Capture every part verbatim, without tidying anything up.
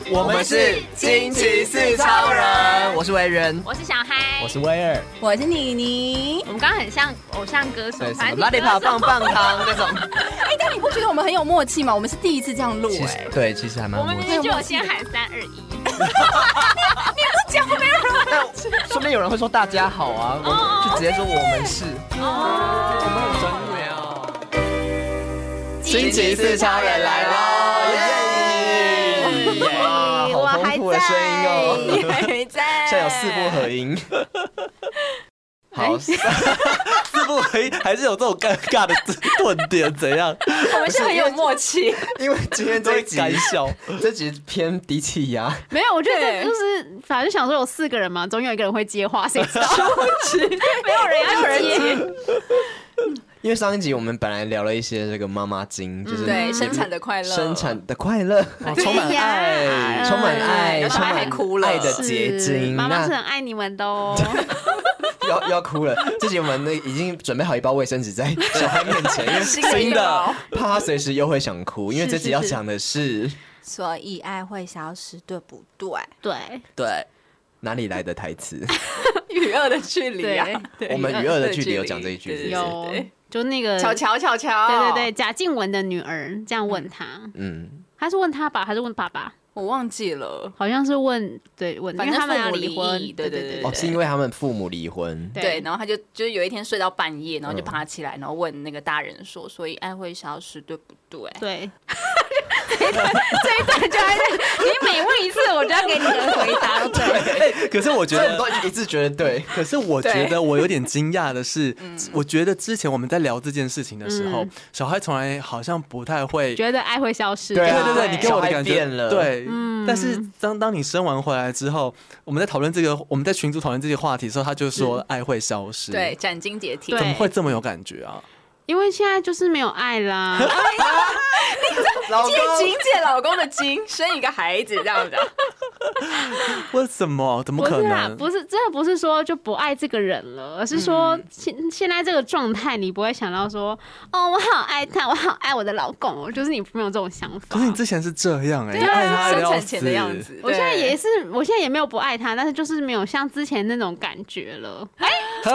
我们是惊奇四超人，我是维人， 我是小嗨， 我是威尔， 我是妮妮。 我们刚刚很像偶像歌手， 对，什么拉力跑棒棒糖那种。 哎，但你不觉得我们很有默契吗？我们是第一次这样录，哎， 对，其实还蛮默契。我们明明就有先喊三二一。 你不讲没有人， 那说不定有人会说大家好啊，我们就直接说我们是， 哦， 我们很专业哦。惊奇四超人来喽！耶！哇，好丰富的声音哦， 你还在， 现在有四部合音。好，四部合音还是有这种尴尬的顿点，怎样？ 我们是很有默契， 因为今天这一集敢笑， 这集偏低气压。 没有，我觉得就是反正想说有四个人嘛，总有一个人会接话，谁知道？没有人要接。 因为上一集我们本来聊了一些这个妈妈经，就是对生产的快乐， 生产的快乐， 充满爱， 充满爱， 充满哭了， 爱的结晶。 妈妈是很爱你们的哦。 要要哭了，这集我们那已经准备好一包卫生纸在小孩面前，因为新的， 怕他随时又会想哭，因为这集要讲的是， 所以爱会消失，对不对？ 对对，哪里来的台词？ 与恶的距离啊！ 我们与恶的距离有讲这一句， 有。就那个巧巧巧巧， 对对对，贾静雯的女儿这样问他，嗯，他是问他吧，还是问爸爸？ 我忘记了， 好像是问对问，因为他们要离婚， 对对对， 哦，是因为他们父母离婚， 对，然后他就就是有一天睡到半夜，然后就爬起来，然后问那个大人说，所以爱会消失，对不对？ 对。这一段这一段就还是你每问一次，我就要给你个回答，对。 可是我觉得都一致觉得对， 可是我觉得我有点惊讶的是，我觉得之前我们在聊这件事情的时候，小孩从来好像不太会觉得爱会消失。 对对对，你给我的感觉变了， 对。但是当当你生完回来之后，我们在讨论这个，我们在群组讨论这些话题的时候，他就说爱会消失， 对，斩钉截铁， 怎么会这么有感觉啊？ 因为现在就是没有爱啦。 你借精借老公的精，生一个孩子这样子。 为什么？怎么可能？ 不是，真的不是说就不爱这个人了，而是说现现在这个状态，你不会想到说，哦，我好爱他，我好爱我的老公，就是你没有这种想法。 可是你之前是这样哎， 对啊， 爱他生产前的样子。 我现在也是，我现在也没有不爱他，但是就是没有像之前那种感觉了。哎。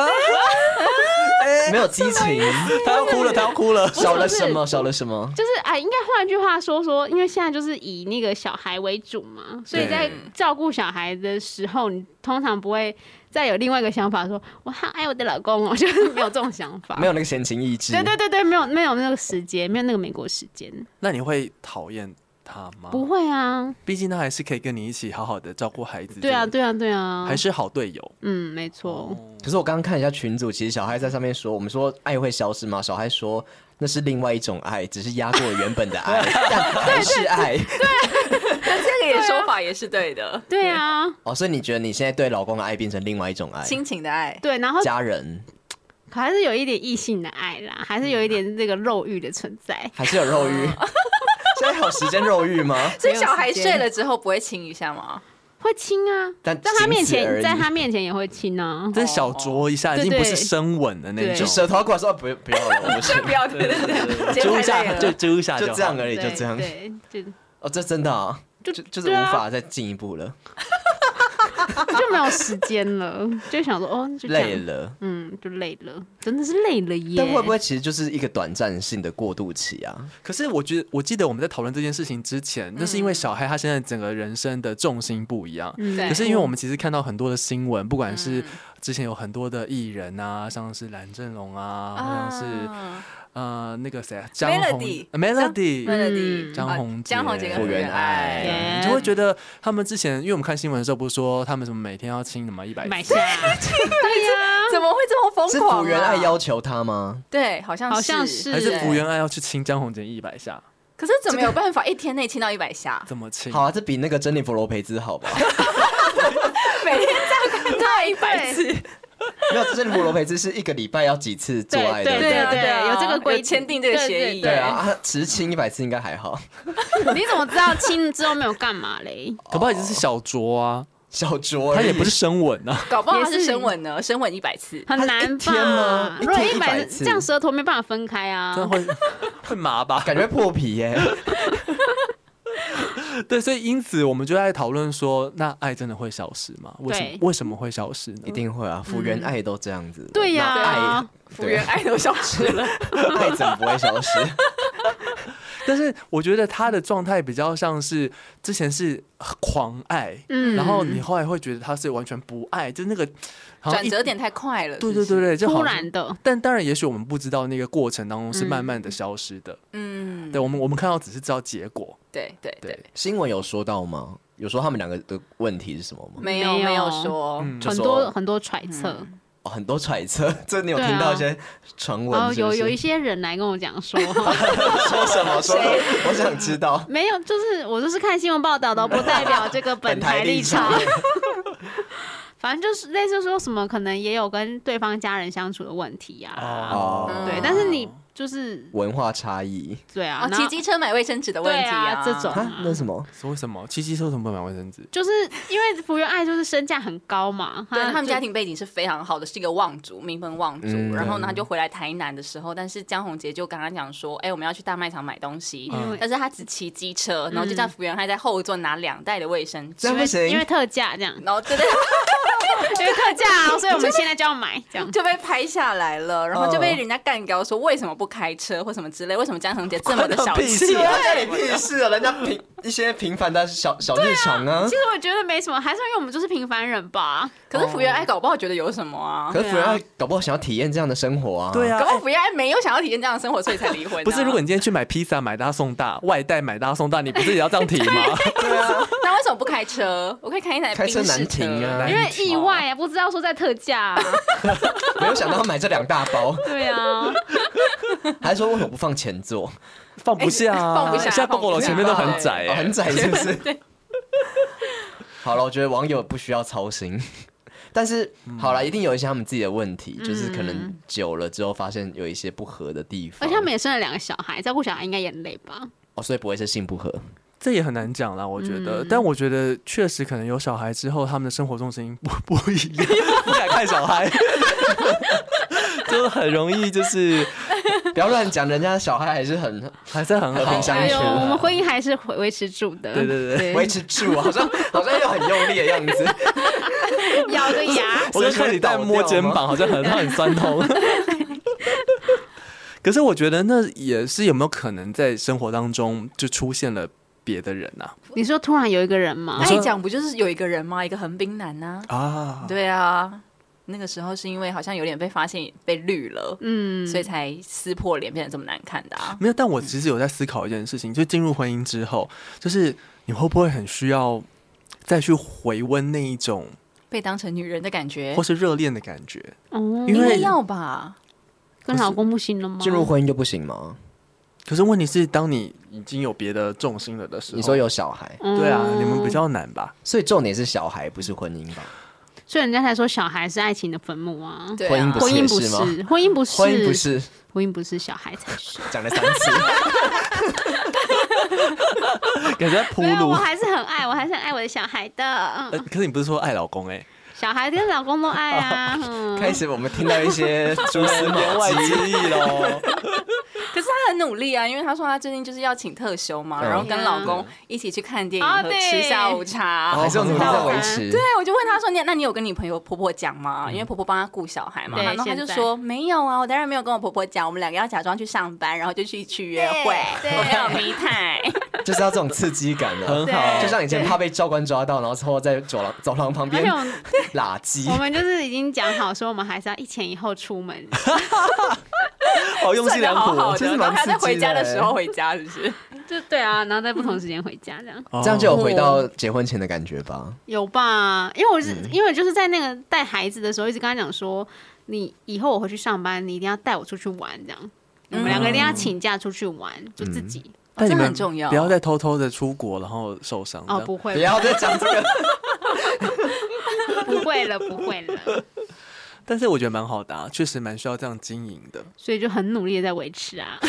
没有激情， 他要哭了，他要哭了， 少了什么？少了什么？ 就是啊，应该换句话说说，因为现在就是以那个小孩为主嘛，所以在照顾小孩的时候，你通常不会再有另外一个想法说，我好爱我的老公哦，就是没有这种想法， 没有那个闲情逸致。 对对对对，没有没有那个时间，没有那个美国时间。 那你会讨厌他吗？ 不会啊， 毕竟他还是可以跟你一起好好的照顾孩子。 对啊，对啊，对啊， 还是好队友。 嗯，没错。哦、 可是我刚刚看一下群组，其实小孩在上面说，我们说爱会消失吗？小孩说那是另外一种爱，只是压过原本的爱，但还是爱。 对，那这个也说法也是对的。 对啊。 哦，所以你觉得你现在对老公的爱变成另外一种爱， 亲情的爱， 对，然后家人。 还是有一点异性的爱啦，还是有一点这个肉欲的存在， 还是有肉欲。现在还有时间肉欲吗？ 所以小孩睡了之后不会亲一下吗？ 会亲啊，但在他面前，在他面前也会亲啊。 这小啄一下，已经不是深吻的那种， 就舌头过来说不不要了，我不是， 不要，对对对， 揪一下就揪一下， 就这样而已，就这样。 对，就哦，这真的啊，就就是无法再进一步了。 就没有时间了，就想说哦，就累了， 嗯，就累了，真的是累了耶。 但会不会其实就是一个短暂性的过渡期啊？ 可是我觉得，我记得我们在讨论这件事情之前，那、嗯、是因为小孩他现在整个人生的重心不一样。嗯、可是因为我们其实看到很多的新闻，不管是之前有很多的艺人啊，像是蓝正龙啊，好像是。呃，那个谁啊，张宏 ，Melody，Melody， 张宏杰、 福原爱， 你就会觉得他们之前，因为我们看新闻的时候，不是说他们什么每天要亲什么一百下， 对呀， 怎么会这么疯狂？ 是福原爱要求他吗？ 对，好像是， 好像是， 还是福原爱要去亲张宏杰一百下？ 可是怎么有办法一天内亲到一百下？ 怎么亲？ 好啊，这比那个珍妮佛罗培兹好吧？ 每天这样大一百次。 没有，珍妮佛罗培兹是一个礼拜要几次做爱的？ 对对对对，有这个规签订这个协议。 对啊，只亲一百次应该还好。 你怎么知道亲之后没有干嘛嘞？ 搞不好也是小酌啊， 小酌， 他也不是深吻啊。 搞不好他是深吻呢，深吻一百次很难吧？如果一百次这样舌头没办法分开啊， 真的会会麻吧？ 感觉会破皮耶。 对，所以因此我们就在讨论说，那爱真的会消失吗？为什么？为什么会消失呢？ 一定会啊，福原爱都这样子。 对呀， 爱福原爱都消失了， 爱怎么不会消失？ 但是我觉得他的状态比较像是之前是狂爱，嗯，然后你后来会觉得他是完全不爱，就是那个转折点太快了。 对对对对，就突然的。 但当然，也许我们不知道那个过程当中是慢慢的消失的。嗯，对，我们我们看到只是知道结果。 对对对， 新闻有说到吗？有说他们两个的问题是什么吗？ 没有没有说， 很多很多揣测。 哦，很多揣测，这你有听到一些传闻？ 哦，有有一些人来跟我讲说， 说什么？说我想知道。 没有，就是我就是看新闻报道的，不代表这个本台立场。反正就是类似说什么，可能也有跟对方家人相处的问题啊。哦，对，但是你就是文化差异。 对啊， 骑机车买卫生纸的问题啊， 这种那什么？ 为什么骑机车怎么不买卫生纸？ 就是因为福原爱就是身价很高嘛， 对他们家庭背景是非常好的，是一个望族，名门望族。然后呢，他就回来台南的时候，但是江宏杰就跟他讲说，哎，我们要去大卖场买东西，但是他只骑机车，然后就叫福原爱在后座拿两袋的卫生纸， 因为特价这样， 然后对对。 因为特价、哦，所以我们现在就要买，这样就被拍下来了，然后就被人家干掉说为什么不开车或什么之类，为什么江宏杰这么的小气？ 关你屁事啊！人家平一些平凡的小小日常啊。 其实我觉得没什么，还是因为我们就是平凡人吧。 可是福原爱搞不好觉得有什么啊？ 可是福原爱搞不好想要体验这样的生活啊。 对啊， 搞不好福原爱没有想要体验这样的生活，所以才离婚、啊。 不是，如果你今天去买披萨买大送大，外带买大送大，你不是也要这样提吗？ 对啊，那为什么不开车？我可以开一台宾士车。 开车难停啊， 因为意外啊，不知道说在特价、啊， 没有想到买这两大包。 对啊， 还说为什么不放前座？ 放不下、啊， 放不下。 现在包裹楼前面都很窄、欸哦，很窄是不是？对。好了，我觉得网友不需要操心。但是好了，一定有一些他们自己的问题，嗯、就是可能久了之后发现有一些不合的地方。 而且他们也生了两个小孩，照顾小孩应该也很累吧？ 哦，所以不会是性不合。 这也很难讲啦，我觉得。嗯、但我觉得确实可能有小孩之后，他们的生活重心不不一样，不敢看小孩，就很容易就是不要乱讲，人家小孩还是很还是很和平相处、 哎，我们婚姻还是维持住的。 对对对， 维持住，好像好像又很用力的样子， 咬个牙。 我就看你在摸肩膀，好像很很酸痛。可是我觉得那也是有没有可能在生活当中就出现了别的人啊？ 你说突然有一个人吗？ 那你讲不就是有一个人吗？一个横滨男啊？啊，对啊，那个时候是因为好像有点被发现被绿了，嗯，所以才撕破脸变得这么难看的啊。 没有，但我其实有在思考一件事情，就进入婚姻之后，就是你会不会很需要再去回温那一种被当成女人的感觉， 或是热恋的感觉？ 哦， 因为要吧。 跟老公不行了吗？ 进入婚姻就不行吗？ 可是问题是，当你已经有别的重心了的时候， 你说有小孩， 对啊，你们比较难吧？ 所以重点是小孩，不是婚姻吧？ 所以人家才说小孩是爱情的坟墓啊。 对啊， 婚姻不是， 婚姻不是，婚姻不是， 婚姻不是， 婚姻不是，小孩才是。 讲了三次， 感觉铺路。 我还是很爱，我还是很爱我的小孩的。 呃、可是你不是说爱老公哎、欸？ 小孩跟老公都爱啊。嗯、 开始我们听到一些蛛丝马迹之意喽。 可是他很努力啊，因为他说他最近就是要请特休嘛，嗯、然后跟老公一起去看电影和吃下午茶， 还是有努力在维持。 对，我就问他说：“你那你有跟你朋友婆婆讲吗？嗯、因为婆婆帮他顾小孩嘛。”然后他就说：“没有啊，我当然没有跟我婆婆讲，我们两个要假装去上班，然后就去去约会，我没有迷态。” 就是要这种刺激感的， 很好。 就像以前怕被教官抓到，然后之后在走廊走廊旁边垃圾。 我们就是已经讲好说，我们还是要一前一后出门。 好用心良苦， 其实蛮刺激的。在回家的时候回家，是不是？ 就对啊，然后在不同时间回家，这样、 哦、这样就有回到结婚前的感觉吧？ 有吧？因为我是、嗯、因为就是在那个带孩子的时候，一直跟他讲说，你以后我回去上班，你一定要带我出去玩，这样、嗯、我们两个一定要请假出去玩，就自己。嗯但你们很重要， 不要再偷偷的出国，然后受伤。 哦，不会， 不要再讲这个， 不会了，不会了。 但是我觉得蛮好的啊，确实蛮需要这样经营的， 所以就很努力的在维持啊，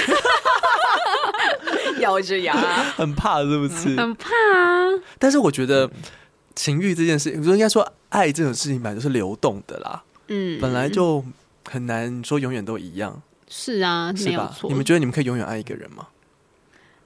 咬着牙， 很怕是不是？ 很怕啊。 但是我觉得情欲这件事，应该说爱这种事情本来就是流动的啦，嗯，本来就很难说永远都一样。 是啊， 是吧？ 没有错。 你们觉得你们可以永远爱一个人吗？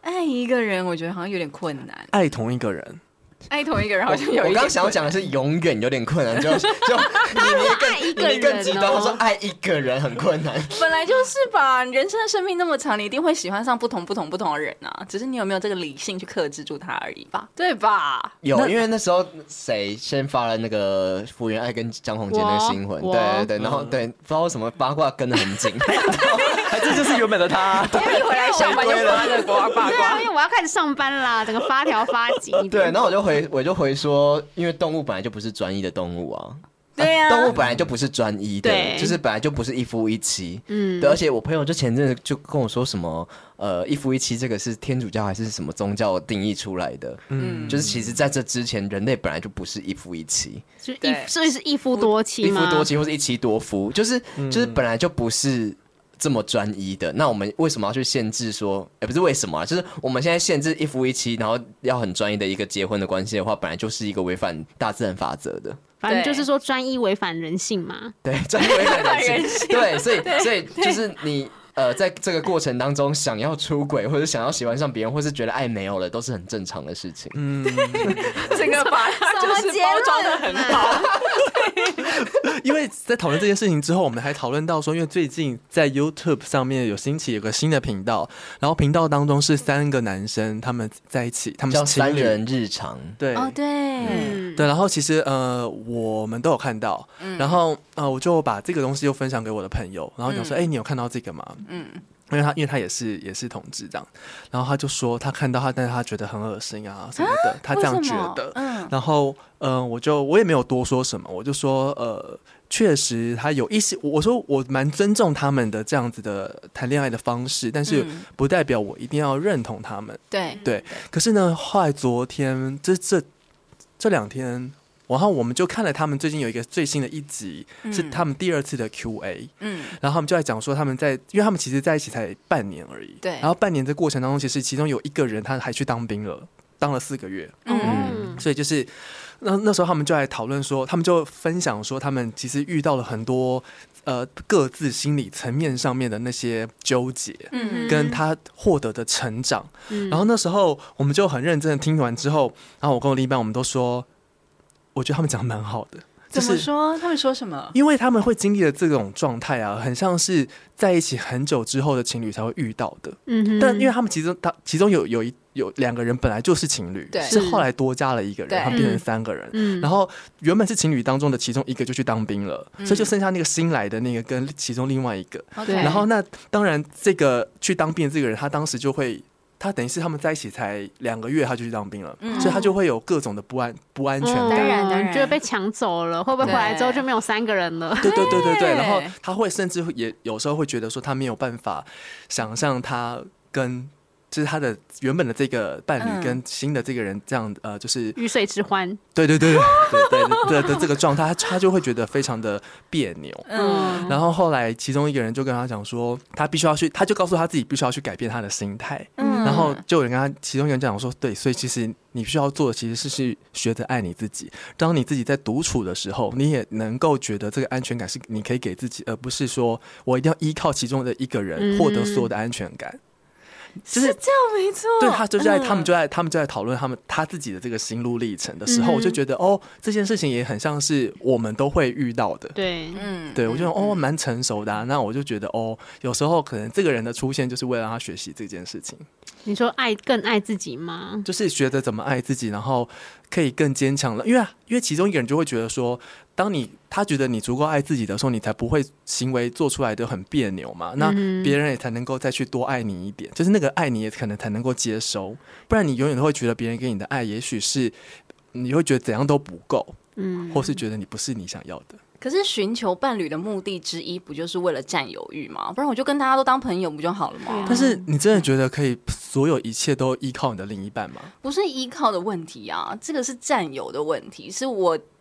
爱一个人，我觉得好像有点困难。 爱同一个人。 爱同一个人好像有一点， 我刚刚想要讲的是永远有点困难，就就你你更极端，他说爱一个人很困难， 本来就是吧，人生的生命那么长，你一定会喜欢上不同不同不同的人啊，只是你有没有这个理性去克制住他而已吧，对吧？ 有，因为那时候谁先发了那个福原爱跟江宏杰那个新闻，对对对，然后对，不知道为什么八卦跟得很紧， 这就是原本的他， 一回来上班就发这八卦， 对啊，因为我要开始上班啦，整个发条发紧。 对，然后我就回我就回说，因为动物本来就不是专一的动物啊。 对呀、啊， 动物本来就不是专一的，就是本来就不是一夫一妻。嗯，对，而且我朋友就前阵子就跟我说什么，呃，一夫一妻这个是天主教还是什么宗教定义出来的？嗯，就是其实在这之前，人类本来就不是一夫一妻， 就一所以是一夫多妻吗？ 一夫多妻或是一妻多夫，就是就是本来就不是这么专一的。那我们为什么要去限制说？也、欸、不是为什么啊，就是我们现在限制一夫一妻，然后要很专一的一个结婚的关系的话，本来就是一个违反大自然法则的。 反正就是说专一违反人性嘛。 对，专一违反人性。对，所以所以就是你呃，在这个过程当中想要出轨，或者想要喜欢上别人，或是觉得爱没有了，都是很正常的事情。嗯， 这个把它就是包装的很好。 因为在讨论这件事情之后，我们还讨论到说，因为最近在 YouTube 上面有兴起有个新的频道，然后频道当中是三个男生他们在一起，他们是情侣，叫三人日常。 对， 哦对、 嗯，对，然后其实呃我们都有看到，嗯、然后呃我就把这个东西又分享给我的朋友，然后讲说，哎、嗯欸，你有看到这个吗？嗯。因为他，因为他也是也是同志这样，然后他就说他看到他，但是他觉得很恶心啊什么的，啊、他这样觉得。嗯、然后，嗯、呃，我就我也没有多说什么，我就说，呃，确实他有一些，我说我蛮尊重他们的这样子的谈恋爱的方式，但是不代表我一定要认同他们。 对、嗯、 对。可是呢，后来昨天这这这两天。然后我们就看了他们最近有一个最新的一集，嗯、是他们第二次的 Q A， 嗯，然后他们就在讲说他们在，因为他们其实在一起才半年而已， 对， 然后半年的过程当中，其实其中有一个人他还去当兵了，当了四个月，嗯，嗯所以就是那那时候他们就来讨论说，他们就分享说他们其实遇到了很多呃各自心理层面上面的那些纠结，嗯，跟他获得的成长，嗯，然后那时候我们就很认真的听完之后，然后我跟我另一半我们都说。我觉得他们讲的蛮好的， 怎么说？他们说什么？ 因为他们会经历的这种状态啊，很像是在一起很久之后的情侣才会遇到的。嗯哼，但因为他们其中，他其中有有一有两个人本来就是情侣，是后来多加了一个人，他们变成三个人。嗯，然后原本是情侣当中的其中一个就去当兵了，嗯、所以就剩下那个新来的那个跟其中另外一个。 对， 然后那当然这个去当兵的这个人，他当时就会。他等于是他们在一起才两个月，他就去当兵了，嗯、所以他就会有各种的不安不安全感， 当然当然，就会被抢走了，会不会回来之后就没有三个人了？ 对对对对对，然后他会甚至也有时候会觉得说，他没有办法想象他跟。就是他的原本的这个伴侣跟新的这个人这样、嗯、呃，就是鱼水之欢， 对对对对对对的这个状态，他他就会觉得非常的别扭。嗯，然后后来其中一个人就跟他讲说，他必须要去，他就告诉他自己必须要去改变他的心态。嗯，然后就有人跟他，其中一个人讲说，对，所以其实你需要做的其实是去学着爱你自己。当你自己在独处的时候，你也能够觉得这个安全感是你可以给自己，而不是说我一定要依靠其中的一个人获得所有的安全感。 就是、是这样没错， 对，他就在、嗯、他们就在他们就在讨论他们他自己的这个心路历程的时候，嗯、我就觉得哦，这件事情也很像是我们都会遇到的， 对， 嗯，对我觉得哦蛮成熟的、啊，那我就觉得哦，有时候可能这个人的出现就是为了让他学习这件事情。 你说爱更爱自己吗？ 就是学着怎么爱自己，然后可以更坚强了。因为因为其中一个人就会觉得说，当你他觉得你足够爱自己的时候，你才不会行为做出来的很别扭嘛。那别人也才能够再去多爱你一点，就是那个爱你也可能才能够接收。不然你永远都会觉得别人给你的爱，也许是你会觉得怎样都不够，嗯，或是觉得你不是你想要的。 可是寻求伴侣的目的之一，不就是为了占有欲吗？不然我就跟大家都当朋友不就好了吗？ 但是你真的觉得可以所有一切都依靠你的另一半吗？ 不是依靠的问题啊，这个是占有的问题。是我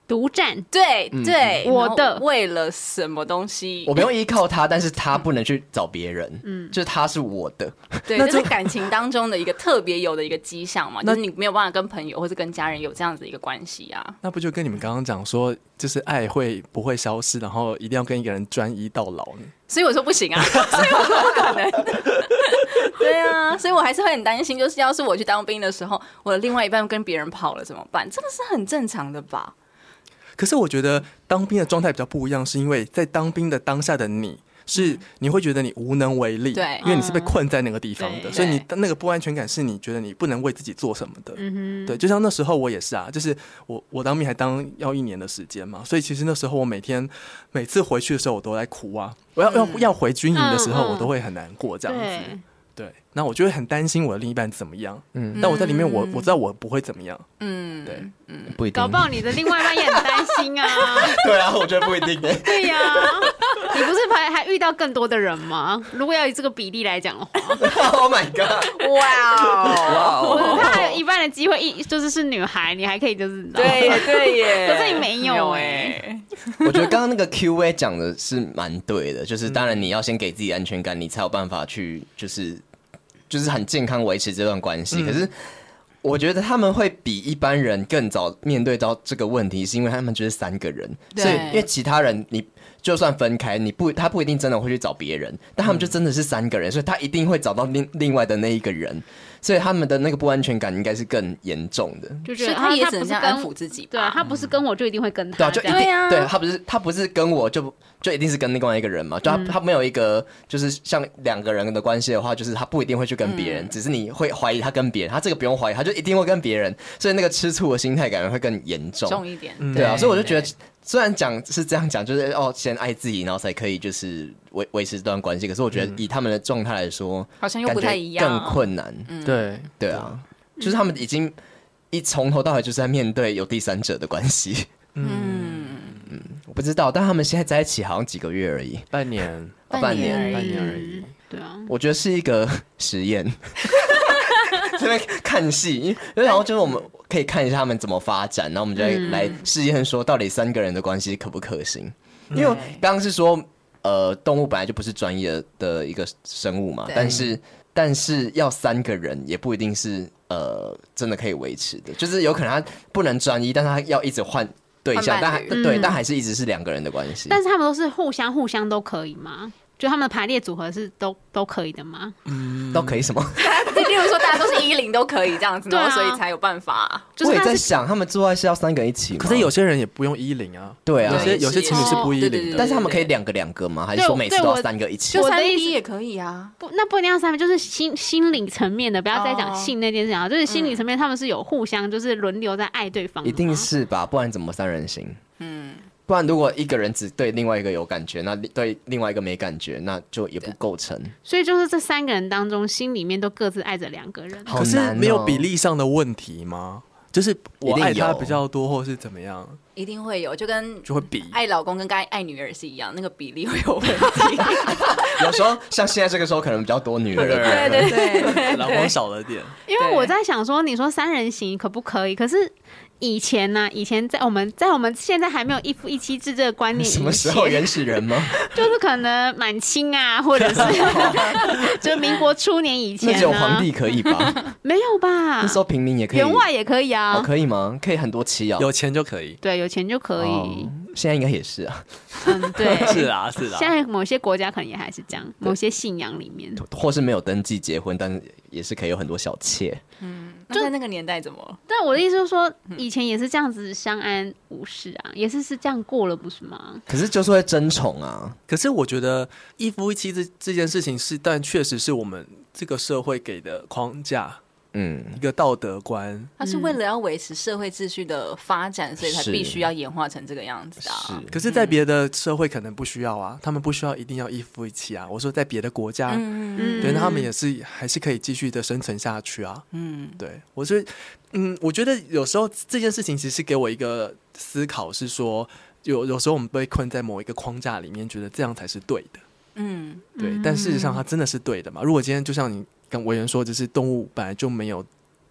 独占， 对对， 我的为了什么东西， 我不用依靠他，但是他不能去找别人，嗯，就是他是我的， 对，这是感情当中的一个特别有的一个迹象嘛，就是你没有办法跟朋友或是跟家人有这样子的一个关系啊。 那不就跟你们刚刚讲说，就是爱会不会消失，然后一定要跟一个人专一到老呢？ 所以我说不行啊，所以我说不可能。对啊，所以我还是会很担心，就是要是我去当兵的时候，我的另外一半跟别人跑了怎么办？这个是很正常的吧？ 可是我觉得当兵的状态比较不一样，是因为在当兵的当下的你是你会觉得你无能为力， 对， 因为你是被困在那个地方的，嗯、所以你那个不安全感是你觉得你不能为自己做什么的。嗯、对，就像那时候我也是啊，就是我我当兵还当要一年的时间嘛，所以其实那时候我每天每次回去的时候我都在哭啊，我要、嗯、要要回军营的时候我都会很难过这样子。嗯对，那我就会很担心我的另一半怎么样，嗯，但我在里面我我知道我不会怎么样，嗯，对， 嗯，不一定， 搞不好你的另外一半也很担心啊。 对啊，我觉得不一定的。 对呀、啊，你不是还还遇到更多的人吗？如果要以这个比例来讲的话 ，Oh my god， 哇哇哦，他还有一半的机会一就是是女孩，你还可以就是对耶对耶， 可是你没有哎、欸。 我觉得刚刚那个 Q A 讲的是蛮对的，就是当然你要先给自己安全感，你才有办法去就是就是很健康维持这段关系。嗯、可是我觉得他们会比一般人更早面对到这个问题，是因为他们就是三个人，所以因为其他人你就算分开，你不他不一定真的会去找别人，但他们就真的是三个人，所以他一定会找到另另外的那一个人。所以他们的那个不安全感应该是更严重的， 就觉得他也只能这样安抚自己吧。 对啊，他不是跟我就一定会跟他， 对啊，就一定对啊，对他不是他不是跟我就就一定是跟另外一个人嘛，就他、嗯、他没有一个就是像两个人的关系的话，就是他不一定会去跟别人、嗯，只是你会怀疑他跟别人，他这个不用怀疑，他就一定会跟别人，所以那个吃醋的心态感觉会更严重重一点， 对啊，所以我就觉得。虽然讲是这样讲，就是哦，先爱自己，然后才可以就是维维持这段关系。可是我觉得以他们的状态来说， 好像又不太一样， 更困难。 嗯、对对啊，就是他们已经一从头到尾就是在面对有第三者的关系。嗯嗯，我不知道，但他们现在在一起好像几个月而已， 半年， 哦、半年，半年而已。 对啊， 我觉得是一个实验。这边看戏，因为然后就是我们可以看一下他们怎么发展，然后我们就来试验说到底三个人的关系可不可行。因为刚刚是说，呃，动物本来就不是专业的一个生物嘛，但是但是要三个人也不一定是呃真的可以维持的，就是有可能他不能专一，但是他要一直换对象，但还对、嗯，但还是一直是两个人的关系。 但是他们都是互相互相都可以吗？就他们的排列组合是都都可以的吗？ 嗯，都可以什么？ 例如说大家都是一零都可以这样子，然后所以才有办法、啊。 就是我也在想，他们做爱是要三个人一起吗？ 可是有些人也不用一零啊。 对啊， 有些有些情侣是不一零的， 但是他们可以两个两个吗？还是说每次都要三个一起？ 就三 P 也可以啊。 不，那不一定要三 P， 就是心心理层面的，不要再讲性那件事情啊。就是心理层面，他们是有互相就是轮流在爱对方的。 一定是吧，不然怎么三人行？嗯。不然，如果一个人只对另外一个有感觉，那对另外一个没感觉，那就也不构成。 所以就是这三个人当中，心里面都各自爱着两个人。 可是没有比例上的问题吗？就是我爱他比较多，或是怎么样？ 一定会有，就跟就会比爱老公跟爱爱女儿是一样，那个比例会有问题。 有时候像现在这个时候，可能比较多女儿， 对对对对， 老公少了点。 因为我在想说，你说三人行可不可以？可是。以前呢、啊，以前在我们在我们现在还没有一夫一妻制这个观念以前， 什么时候原始人吗？ 就是可能满清啊，或者是就民国初年以前、啊， 那只有皇帝可以吧？ 没有吧？ 那时候平民也可以， 员外也可以啊。 哦，可以吗？可以很多妻啊， 有钱就可以。 对，有钱就可以。哦、 现在应该也是啊。 嗯，对， 是啊，是啊。 现在某些国家可能也还是这样，某些信仰里面， 或是没有登记结婚，但是也是可以有很多小妾。 嗯。就在那个年代怎么？ 但我的意思是说，以前也是这样子相安无事啊，也是是这样过了，不是吗？ 可是就是会争宠啊。 可是我觉得一夫一妻这这件事情是，但确实是我们这个社会给的框架。嗯，一个道德观， 它是为了要维持社会秩序的发展，所以才必须要演化成这个样子的、啊。 是，可是，在别的社会可能不需要啊，他们不需要一定要一夫一妻啊。我说，在别的国家，嗯、对，那他们也是还是可以继续的生存下去啊。嗯，对，我是，嗯，我觉得有时候这件事情其实给我一个思考，是说，有有时候我们被困在某一个框架里面，觉得这样才是对的。嗯，对，但事实上它真的是对的嘛？如果今天就像你跟委员说，就是动物本来就没有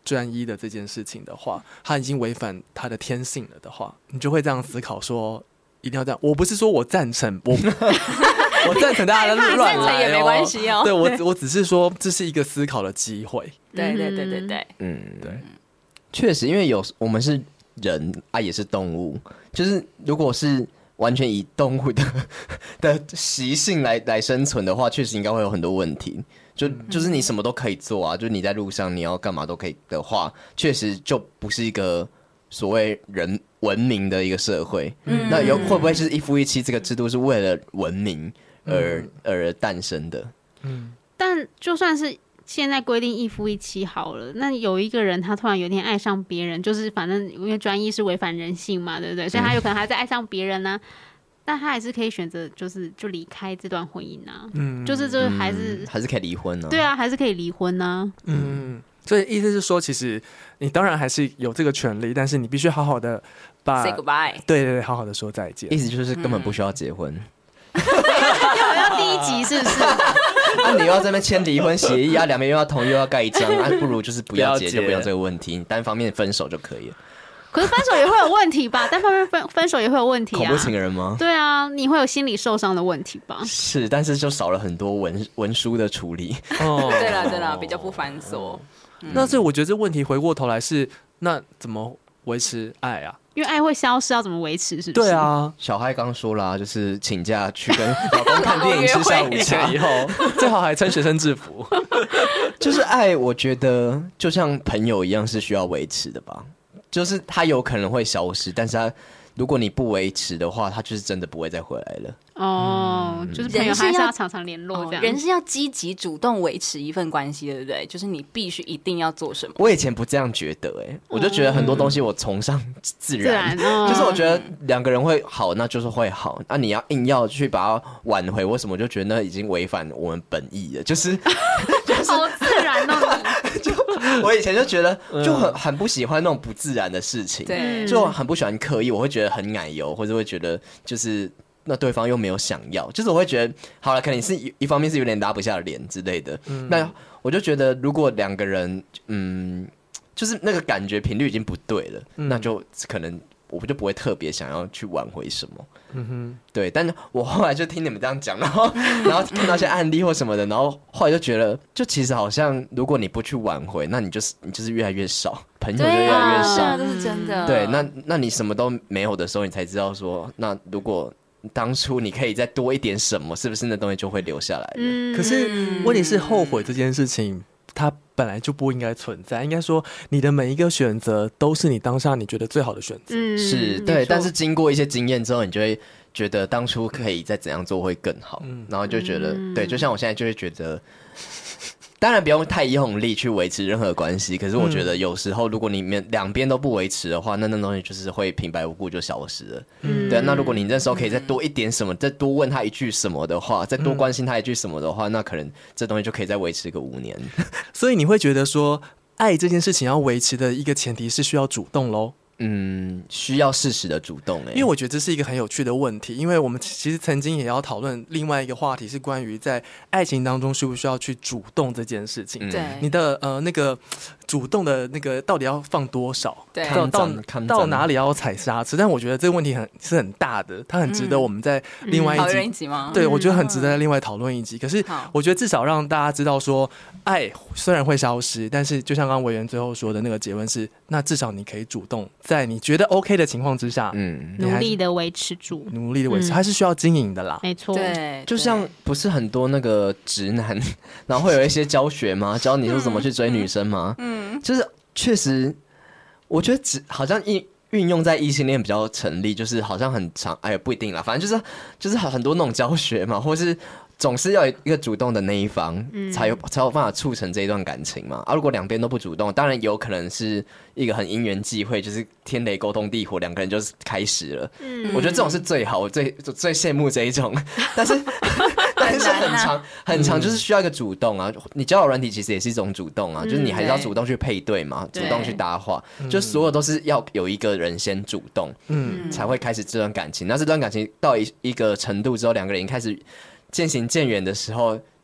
专一的这件事情的话，他已经违反他的天性了的话，你就会这样思考说，一定要这样。我不是说我赞成，我我赞成大家乱来、哦， 赞成也没关系哦。 对我，我只是说这是一个思考的机会。 对对对对对， 嗯， 对， 确实，因为有我们是人啊，也是动物，就是如果是完全以动物的的习性来来生存的话，确实应该会有很多问题。就就是你什么都可以做啊，就是你在路上你要干嘛都可以的话，确实就不是一个所谓人文明的一个社会。嗯、那有会不会是一夫一妻这个制度是为了文明而、嗯、而诞生的？嗯， 但就算是现在规定一夫一妻好了，那有一个人他突然有一天爱上别人，就是反正因为专一是违反人性嘛，对不对？所以他有可能还在爱上别人呢、啊。但他还是可以选择，就是就离开这段婚姻啊，嗯，就是这还是、 嗯、还是可以离婚呢、啊， 对啊，还是可以离婚呢、啊， 嗯，所以意思是说，其实你当然还是有这个权利，但是你必须好好的把 say goodbye， 对对对，好好的说再见， 意思就是根本不需要结婚， 嗯、要要第一集是不是？ 啊，你又要在那边签离婚协议啊，两边又要同意又要盖章，啊，不如就是不要结就不要这个问题，你单方面分手就可以了。 可是分手也会有问题吧？单方面分分手也会有问题啊！ 恐怖情人吗？ 对啊，你会有心理受伤的问题吧？ 是，但是就少了很多文文书的处理。 哦，对了对了，比较不繁琐。 嗯、那所以我觉得这问题回过头来是，那怎么维持爱啊？ 因为爱会消失，要怎么维持？是不是？对啊， 小孩刚说啦，就是请假去跟老公看电影、吃下午茶以后，最好还穿学生制服。 就是爱，我觉得就像朋友一样，是需要维持的吧。就是他有可能会消失，但是他如果你不维持的话，他就是真的不会再回来了。 哦，嗯、就是朋友还是要常常联络这样。 人是要积极主动维持一份关系，对不对？就是你必须一定要做什么。 我以前不这样觉得、欸，哎，我就觉得很多东西我崇尚自然，自然哦、就是我觉得两个人会好，那就是会好。那、啊、你要硬要去把它挽回，为什么？我就觉得那已经违反我们本意了，就是。就是好自然哦你， 就我以前就觉得就很很不喜欢那种不自然的事情， 对， 就很不喜欢刻意，我会觉得很奶油，或者会觉得就是那对方又没有想要，就是我会觉得好了，可能是一一方面是有点拉不下脸之类的，嗯、那我就觉得如果两个人嗯，就是那个感觉频率已经不对了，嗯、那就可能我就不会特别想要去挽回什么。嗯哼，对，但是我后来就听你们这样讲，然后然后看到一些案例或什么的，然后后来就觉得，就其实好像如果你不去挽回，那你就是你就是越来越少，朋友就越来越少， 这是真的。 对，那那你什么都没有的时候，你才知道说，那如果当初你可以再多一点什么，是不是那东西就会留下来了？ 嗯，可是问题是后悔这件事情。它本来就不应该存在，应该说你的每一个选择都是你当下你觉得最好的选择， 嗯，是对。但是经过一些经验之后，你就会觉得当初可以再怎样做会更好，嗯、然后就觉得、嗯、对，就像我现在就会觉得。当然不用太用力去维持任何关系，可是我觉得有时候如果你们两边都不维持的话，那那东西就是会平白无故就消失了。嗯，对。那如果你那时候可以再多一点什么，再多问他一句什么的话，再多关心他一句什么的话，那可能这东西就可以再维持个五年。 所以你会觉得说，爱这件事情要维持的一个前提是需要主动咯。 嗯，需要适时的主动、欸、 因为我觉得这是一个很有趣的问题，因为我们其实曾经也要讨论另外一个话题，是关于在爱情当中需不需要去主动这件事情。 对、嗯， 你的呃那个主动的那个到底要放多少？ 对， 到到到哪里要踩刹车？但我觉得这个问题很是很大的，它很值得我们在另外一集、嗯、 讨论一集吗？ 对，我觉得很值得在另外讨论一集。可是我觉得至少让大家知道说，爱虽然会消失，但是就像刚刚委员最后说的那个结论是，那至少你可以主动，在你觉得 OK 的情况之下，嗯， 努力的维持住， 努力的维持，它是需要经营的啦。 没错， 对， 就像不是很多那个直男，然后会有一些教学吗？教你说怎么去追女生吗？嗯，就是确实，我觉得只好像一。运用在异性恋比较成立，就是好像很长，哎呀不一定啦，反正就是就是很多那种教学嘛，或是总是要有一个主动的那一方，嗯、才有才有办法促成这一段感情嘛。啊，如果两边都不主动，当然有可能是一个很因缘际会，就是天雷勾动地火，两个人就是开始了。嗯，我觉得这种是最好，我最最羡慕这一种，但是。但是很长很长，就是需要一个主动啊！你交友软体其实也是一种主动啊，嗯、就是你还是要主动去配对嘛，主动去搭话，就所有都是要有一个人先主动，嗯，才会开始这段感情。那这段感情到一一个程度之后，两个人开始渐行渐远的时候，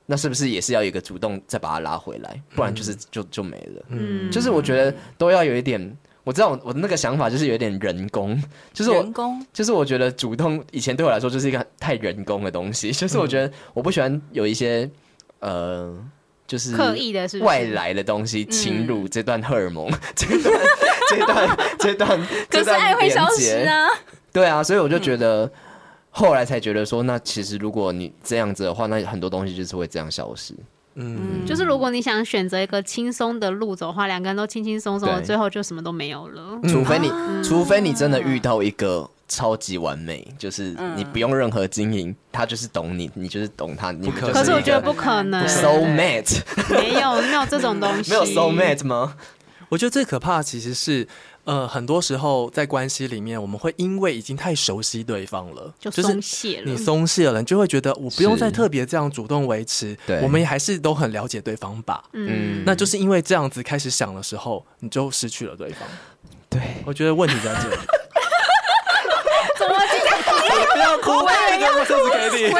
那是不是也是要有一个主动再把它拉回来，不然就是就就没了。嗯，就是我觉得都要有一点。我知道我我的那个想法就是有点人工，就是我人工， 就是我觉得主动以前对我来说就是一个太人工的东西，就是我觉得我不喜欢有一些呃，就是刻意的是外来的东西侵入这段荷尔蒙，嗯、这段这段这段， 可是爱会消失啊， 对啊，所以我就觉得。嗯后来才觉得说，那其实如果你这样子的话，那很多东西就是会这样消失。 嗯，就是如果你想选择一个轻松的路走的话，两个人都轻轻松松的，最后就什么都没有了。 除非你，嗯、除非你真的遇到一个超级完美，就是你不用任何经营，他就是懂你，你就是懂他。你可是我觉得不可能 ，soul mate 没有没有这种东西， 没有 soul mate 吗？ 我觉得最可怕的其实是，呃，很多时候在关系里面，我们会因为已经太熟悉对方了， 就松懈了。 就是、你松懈了，你就会觉得我不用再特别这样主动维持，我们也还是都很了解对方吧。嗯，那就是因为这样子开始想的时候，你就失去了对方。 对， 我觉得问题在这里。 怎么今天不要哭，我也要卫生纸给你。 卫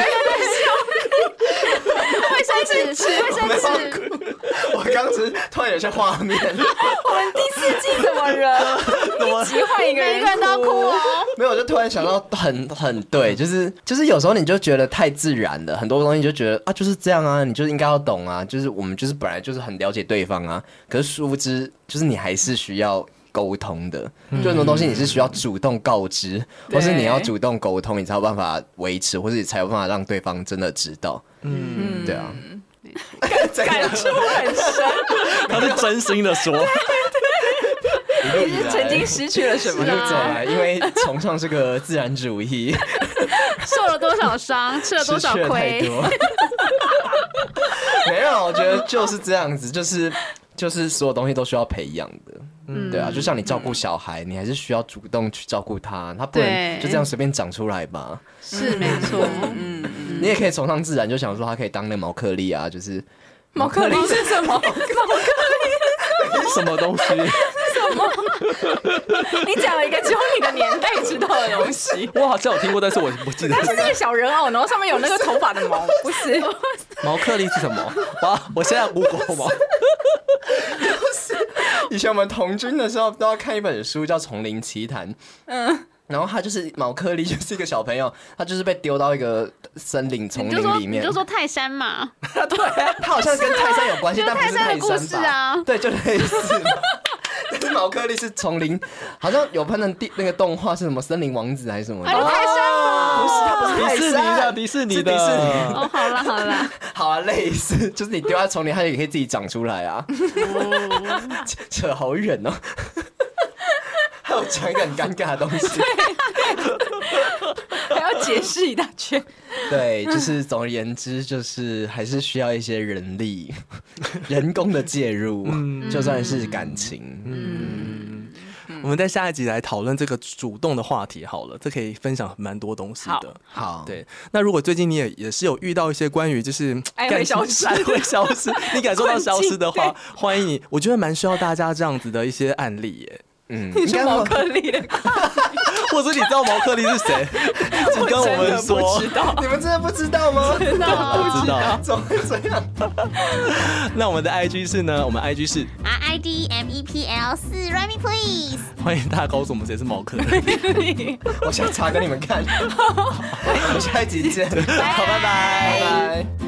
生纸，卫生纸。 我刚只突然有些画面，我们第四季怎么了？一集换一个人， 每个人都要哭哦。 没有，我就突然想到很很对，就是就是有时候你就觉得太自然了，很多东西就觉得啊就是这样啊，你就是应该要懂啊，就是我们就是本来就是很了解对方啊，可是殊不知就是你还是需要沟通的，就很多东西你是需要主动告知，或是你要主动沟通，你才有办法维持，或是你才有办法让对方真的知道。嗯，对啊。 感触很深， 他是真心的说， 你是曾经失去了什么？ 一路走来，因为崇尚这个自然主义， 受了多少伤，吃了多少亏， 没有，我觉得就是这样子，就是就是所有东西都需要培养的。嗯，对啊，就像你照顾小孩，你还是需要主动去照顾他，他不能就这样随便长出来吧？ 是没错， 嗯，你也可以崇尚自然，就想说他可以当那个毛克利啊，就是毛克利是什么？毛克利什么东西？ 什么？你讲了一个只有你的年代知道的东西。 我好像有听过，但是我不记得。 它是那个小人偶，然后上面有那个头发的毛，不是？ 毛克利是什么？哇！我现在 Google 吗？ 以前我们童军的时候都要看一本书叫《丛林奇谭》，嗯，然后他就是毛克利，就是一个小朋友，他就是被丢到一个森林丛林里面。 你就说泰山嘛， 对，他好像跟泰山有关系，但不是泰山吧？ 啊， 对，就类似。但是毛克利是丛林，好像有拍成那个动画是什么森林王子还是什么？ 啊，泰山吗？ 不是，他不是泰山， 迪士尼的，迪士尼的， 迪士尼。 哦，好了好了， 好啊，类似，就是你丢在丛林，它也可以自己长出来啊。扯好远哦，还有讲一个很尴尬的东西， 还要解释一大圈。 对，就是总而言之，就是还是需要一些人力、人工的介入，嗯、就算是感情。嗯， 嗯我们在下一集来讨论这个主动的话题好了，这可以分享蛮多东西的。 好， 对。那如果最近你也也是有遇到一些关于就是爱会消失、 爱会消失，你感受到消失的话，欢迎你。我觉得蛮需要大家这样子的一些案例耶。 嗯， 你说毛克利的， 或者你知道毛克利是谁？请跟我们说。 你们真的不知道吗？ 知道， 不知道， 怎么会这样？ 那我们的 I G 是呢？我们 I G 是 R I D M E P L 四 ，Write me please。 欢迎大家告诉我们谁是毛克利。 我先查给你们看。我们下一集见。 好，拜拜， 拜拜。